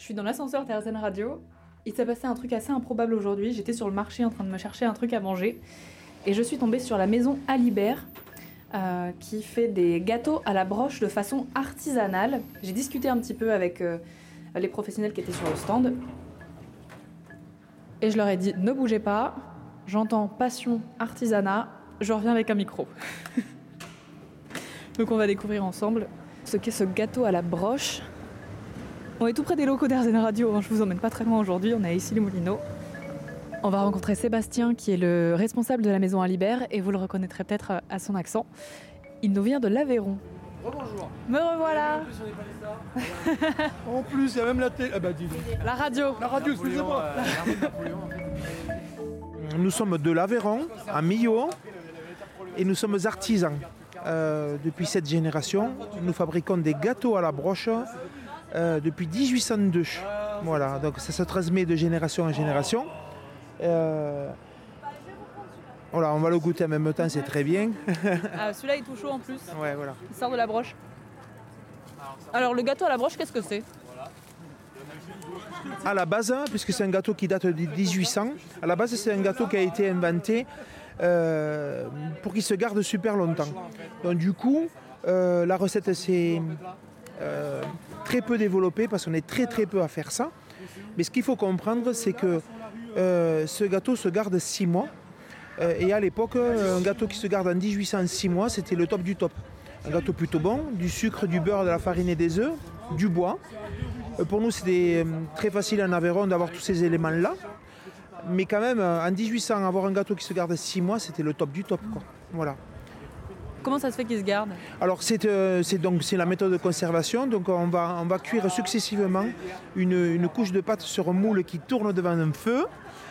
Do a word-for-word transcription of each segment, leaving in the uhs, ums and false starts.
Je suis dans l'ascenseur d'Airzen Radio. Il s'est passé un truc assez improbable aujourd'hui. J'étais sur le marché en train de me chercher un truc à manger. Et je suis tombée sur la maison Alibert, euh, qui fait des gâteaux à la broche de façon artisanale. J'ai discuté un petit peu avec euh, les professionnels qui étaient sur le stand. Et je leur ai dit, ne bougez pas, j'entends passion, artisanat, je reviens avec un micro. Donc on va découvrir ensemble ce qu'est ce gâteau à la broche. On est tout près des locaux d'Airzen Radio, hein. Je vous emmène pas très loin aujourd'hui, on est à Issy-les-Moulineaux. On va rencontrer Sébastien qui est le responsable de la maison Alibert et vous le reconnaîtrez peut-être à son accent. Il nous vient de l'Aveyron. Rebonjour. Me revoilà. En plus, on n'est pas ça. En plus, il y a même la télé. Ah bah dis donc. La radio. La radio, excusez-moi. Nous sommes de l'Aveyron, à Millau, et nous sommes artisans. Euh, depuis cette génération, nous fabriquons des gâteaux à la broche euh, depuis dix-huit cent deux. Voilà, donc ça se transmet de génération en génération. Euh, voilà, on va le goûter en même temps, c'est très bien. Ah, celui-là il est tout chaud en plus. Ouais, voilà. Il sort de la broche. Alors le gâteau à la broche, qu'est-ce que c'est ? À la base, puisque c'est un gâteau qui date de dix-huit cents, à la base c'est un gâteau qui a été inventé euh, pour qu'il se garde super longtemps. Donc du coup, euh, la recette s'est euh, très peu développée parce qu'on est très très peu à faire ça. Mais ce qu'il faut comprendre, c'est que euh, ce gâteau se garde six mois. Euh, et à l'époque, un gâteau qui se garde en dix-huit cent six mois, c'était le top du top. Un gâteau plutôt bon, du sucre, du beurre, de la farine et des œufs, du bois. Euh, pour nous, c'était très facile en Aveyron d'avoir tous ces éléments-là. Mais quand même, en dix-huit cents, avoir un gâteau qui se garde six mois, c'était le top du top, quoi. Voilà. Comment ça se fait qu'il se garde ? Alors c'est, euh, c'est, donc, c'est la méthode de conservation. Donc on va, on va cuire successivement une, une couche de pâte sur un moule qui tourne devant un feu.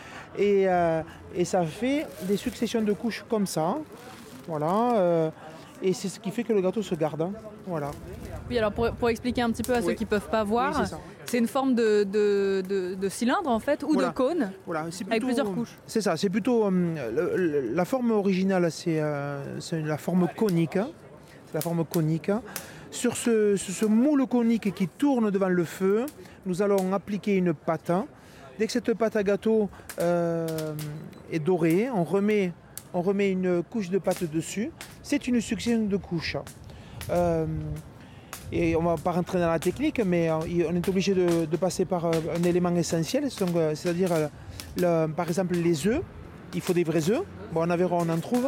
Et, euh, et ça fait des successions de couches comme ça. Voilà. Euh, et c'est ce qui fait que le gâteau se garde. Hein. Voilà. Oui, alors pour, pour expliquer un petit peu à ceux Oui. qui ne peuvent pas voir, Oui, c'est ça. c'est une forme de, de, de, de cylindre en fait, ou Voilà. de cône, Voilà, c'est avec plutôt, plusieurs couches. C'est ça, c'est plutôt... euh, le- le- la forme originale, c'est, euh, c'est la forme conique. Hein. C'est la forme conique. Sur ce, ce, ce moule conique qui tourne devant le feu, nous allons appliquer une pâte. Dès que cette pâte à gâteau euh, est dorée, on remet, on remet une couche de pâte dessus. C'est une succession de couches. Euh, et on ne va pas rentrer dans la technique, mais on est obligé de, de passer par un élément essentiel, c'est-à-dire, le, par exemple, les œufs. Il faut des vrais œufs. Bon, en Aveyron, on en trouve.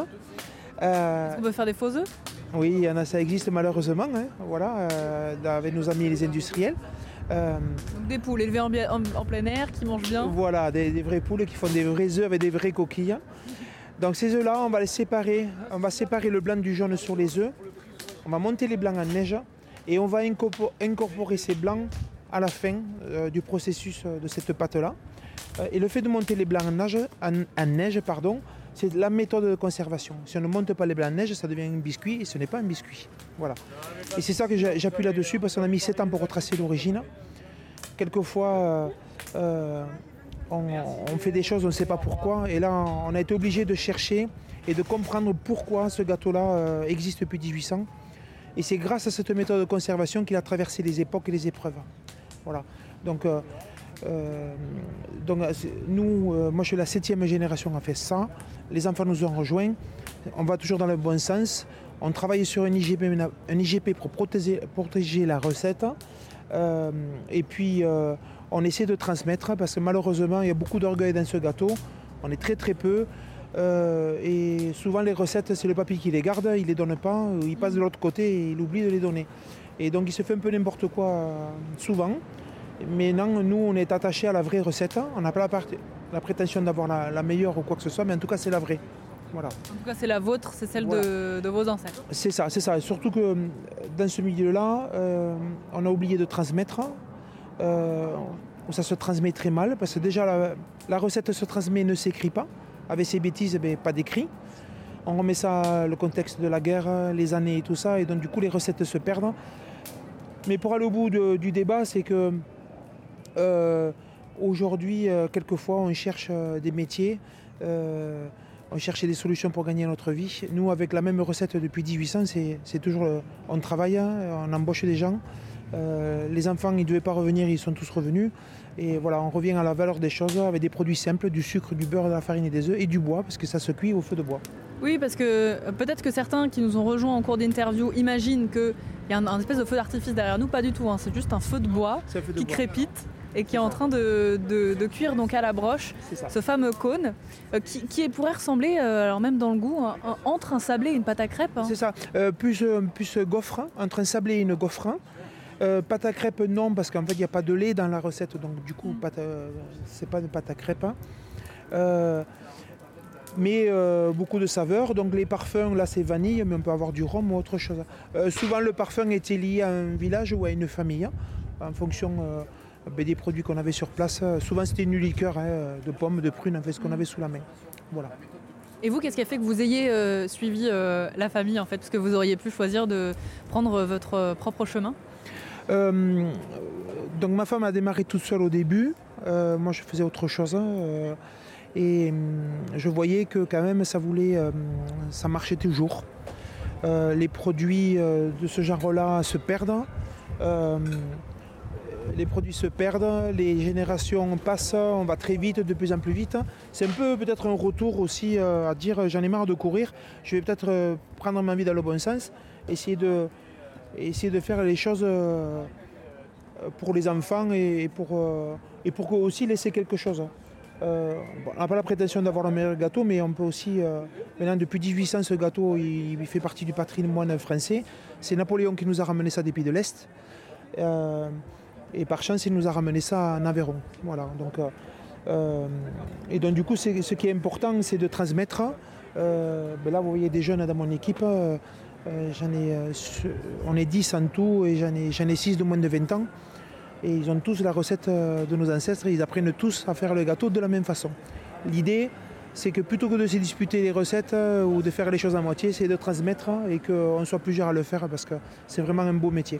Euh, On peut faire des faux œufs ? oui, il y en a, ça existe malheureusement, hein, voilà, euh, avec nos amis les industriels. Euh, Donc des poules élevées en, bien- en, en plein air, qui mangent bien. Voilà, des, des vraies poules qui font des vrais œufs avec des vraies coquilles. Donc ces œufs-là, on va les séparer. On va séparer le blanc du jaune sur les œufs. On va monter les blancs en neige et on va incorpor- incorporer ces blancs à la fin euh, du processus de cette pâte-là. Euh, et le fait de monter les blancs en neige, en, en neige pardon, c'est la méthode de conservation. Si on ne monte pas les blancs en neige, ça devient un biscuit et ce n'est pas un biscuit. Voilà. Et c'est ça que j'a- j'appuie là-dessus parce qu'on a mis sept ans pour retracer l'origine. Quelquefois, euh, euh, on, on fait des choses, on ne sait pas pourquoi. Et là, on a été obligé de chercher et de comprendre pourquoi ce gâteau-là euh, existe depuis dix-huit cents. Et c'est grâce à cette méthode de conservation qu'il a traversé les époques et les épreuves. Voilà. Donc, euh, euh, donc nous, euh, moi je suis la septième génération à faire ça. Les enfants nous ont rejoints. On va toujours dans le bon sens. On travaille sur un I G P, un I G P pour protéger, protéger la recette. Euh, et puis euh, on essaie de transmettre parce que malheureusement il y a beaucoup d'orgueil dans ce gâteau. On est très très peu. Euh, et souvent les recettes, c'est le papy qui les garde, il les donne pas, il passe de l'autre côté et il oublie de les donner. Et donc il se fait un peu n'importe quoi euh, souvent. Mais non, nous on est attachés à la vraie recette. On n'a pas la, part- la prétention d'avoir la, la meilleure ou quoi que ce soit, mais en tout cas c'est la vraie. Voilà. En tout cas, c'est la vôtre, c'est celle Voilà. de, de vos ancêtres. C'est ça, c'est ça. Et surtout que dans ce milieu-là, euh, on a oublié de transmettre. Euh, ça se transmet très mal parce que déjà la, la recette se transmet, ne s'écrit pas. Avec ces bêtises, ben, pas d'écrit. On remet ça, le contexte de la guerre, les années et tout ça, et donc du coup les recettes se perdent. Mais pour aller au bout de, du débat, c'est que euh, aujourd'hui, euh, quelquefois, on cherche euh, des métiers, euh, on cherche des solutions pour gagner notre vie. Nous, avec la même recette depuis dix-huit cents, c'est, c'est toujours, euh, on travaille, on embauche des gens, Euh, les enfants, ils ne devaient pas revenir, ils sont tous revenus. Et voilà, on revient à la valeur des choses avec des produits simples, du sucre, du beurre, de la farine et des œufs et du bois, parce que ça se cuit au feu de bois. Oui, parce que euh, peut-être que certains qui nous ont rejoints en cours d'interview imaginent qu'il y a un, un espèce de feu d'artifice derrière nous. Pas du tout, hein, c'est juste un feu de bois C'est un feu de qui bois. crépite et qui est en train de, de, de cuire donc à la broche C'est ça. ce fameux cône euh, qui, qui pourrait ressembler, euh, alors même dans le goût, un- un- entre un sablé et une pâte à crêpes. hein. C'est ça, euh, plus, euh, plus gaufre, entre un sablé et une gaufre. Euh, pâte à crêpes, non, parce qu'en fait, il n'y a pas de lait dans la recette, donc du coup, pâte à- c'est pas de pâte à crêpes. Euh, mais euh, beaucoup de saveurs, donc les parfums, là, c'est vanille, mais on peut avoir du rhum ou autre chose. Euh, souvent, le parfum était lié à un village ou à une famille, en fonction euh, ben, des produits qu'on avait sur place. Souvent, c'était une liqueur hein, de pommes, de prunes, en fait, ce qu'on avait sous la main. Voilà. Et vous, qu'est-ce qui a fait que vous ayez euh, suivi euh, la famille en fait, parce que vous auriez pu choisir de prendre votre euh, propre chemin? Euh, donc ma femme a démarré toute seule au début. Euh, moi je faisais autre chose. euh, et hum, je voyais que quand même ça voulait, euh, ça marchait toujours. Euh, les produits euh, de ce genre-là se perdent. Euh, les produits se perdent, les générations passent, on va très vite, de plus en plus vite. C'est un peu peut-être un retour aussi euh, à dire j'en ai marre de courir, je vais peut-être euh, prendre ma vie dans le bon sens, essayer de, essayer de faire les choses euh, pour les enfants et, et pour, euh, et pour aussi laisser quelque chose. Euh, bon, on n'a pas la prétention d'avoir le meilleur gâteau, mais on peut aussi, euh, maintenant depuis dix-huit cents, ce gâteau il, il fait partie du patrimoine français. C'est Napoléon qui nous a ramené ça des pays de l'Est. Euh, et par chance, il nous a ramené ça en Aveyron. Voilà, donc, euh, euh, et donc du coup, c'est, ce qui est important, c'est de transmettre. Euh, ben là, vous voyez des jeunes dans mon équipe. Euh, euh, j'en ai, euh, on est dix en tout et j'en ai, j'en ai six de moins de vingt ans. Et ils ont tous la recette de nos ancêtres, ils apprennent tous à faire le gâteau de la même façon. L'idée, c'est que plutôt que de se disputer les recettes ou de faire les choses à moitié, c'est de transmettre et qu'on soit plusieurs à le faire parce que c'est vraiment un beau métier.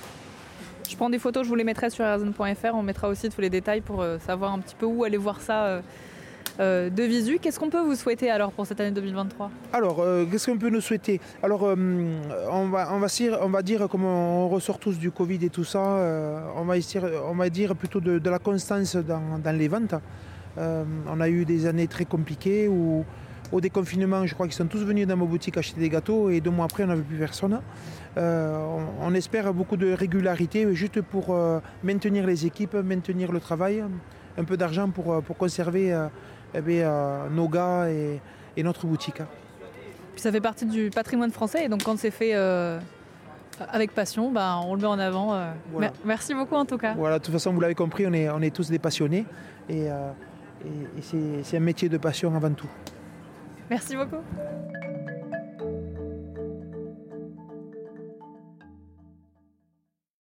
Je prends des photos, je vous les mettrai sur erzen point f r, on mettra aussi tous les détails pour euh, savoir un petit peu où aller voir ça euh, euh, de visu. Qu'est-ce qu'on peut vous souhaiter alors pour cette année deux mille vingt-trois? Alors, euh, qu'est-ce qu'on peut nous souhaiter? Alors, euh, on, va, on, va dire, on va dire, comme on ressort tous du Covid et tout ça, euh, on, va dire, on va dire plutôt de, de la constance dans, dans les ventes. Euh, on a eu des années très compliquées où, au déconfinement, je crois qu'ils sont tous venus dans ma boutique acheter des gâteaux et deux mois après, on n'avait plus personne. Euh, on, on espère beaucoup de régularité juste pour euh, maintenir les équipes, maintenir le travail, un peu d'argent pour, pour conserver euh, eh bien, euh, nos gars et, et notre boutique. Puis ça fait partie du patrimoine français et donc quand c'est fait euh, avec passion, bah, on le met en avant. Euh. Voilà. Mer- merci beaucoup en tout cas. Voilà, de toute façon, vous l'avez compris, on est, on est tous des passionnés et, euh, et, et c'est, c'est un métier de passion avant tout. Merci beaucoup.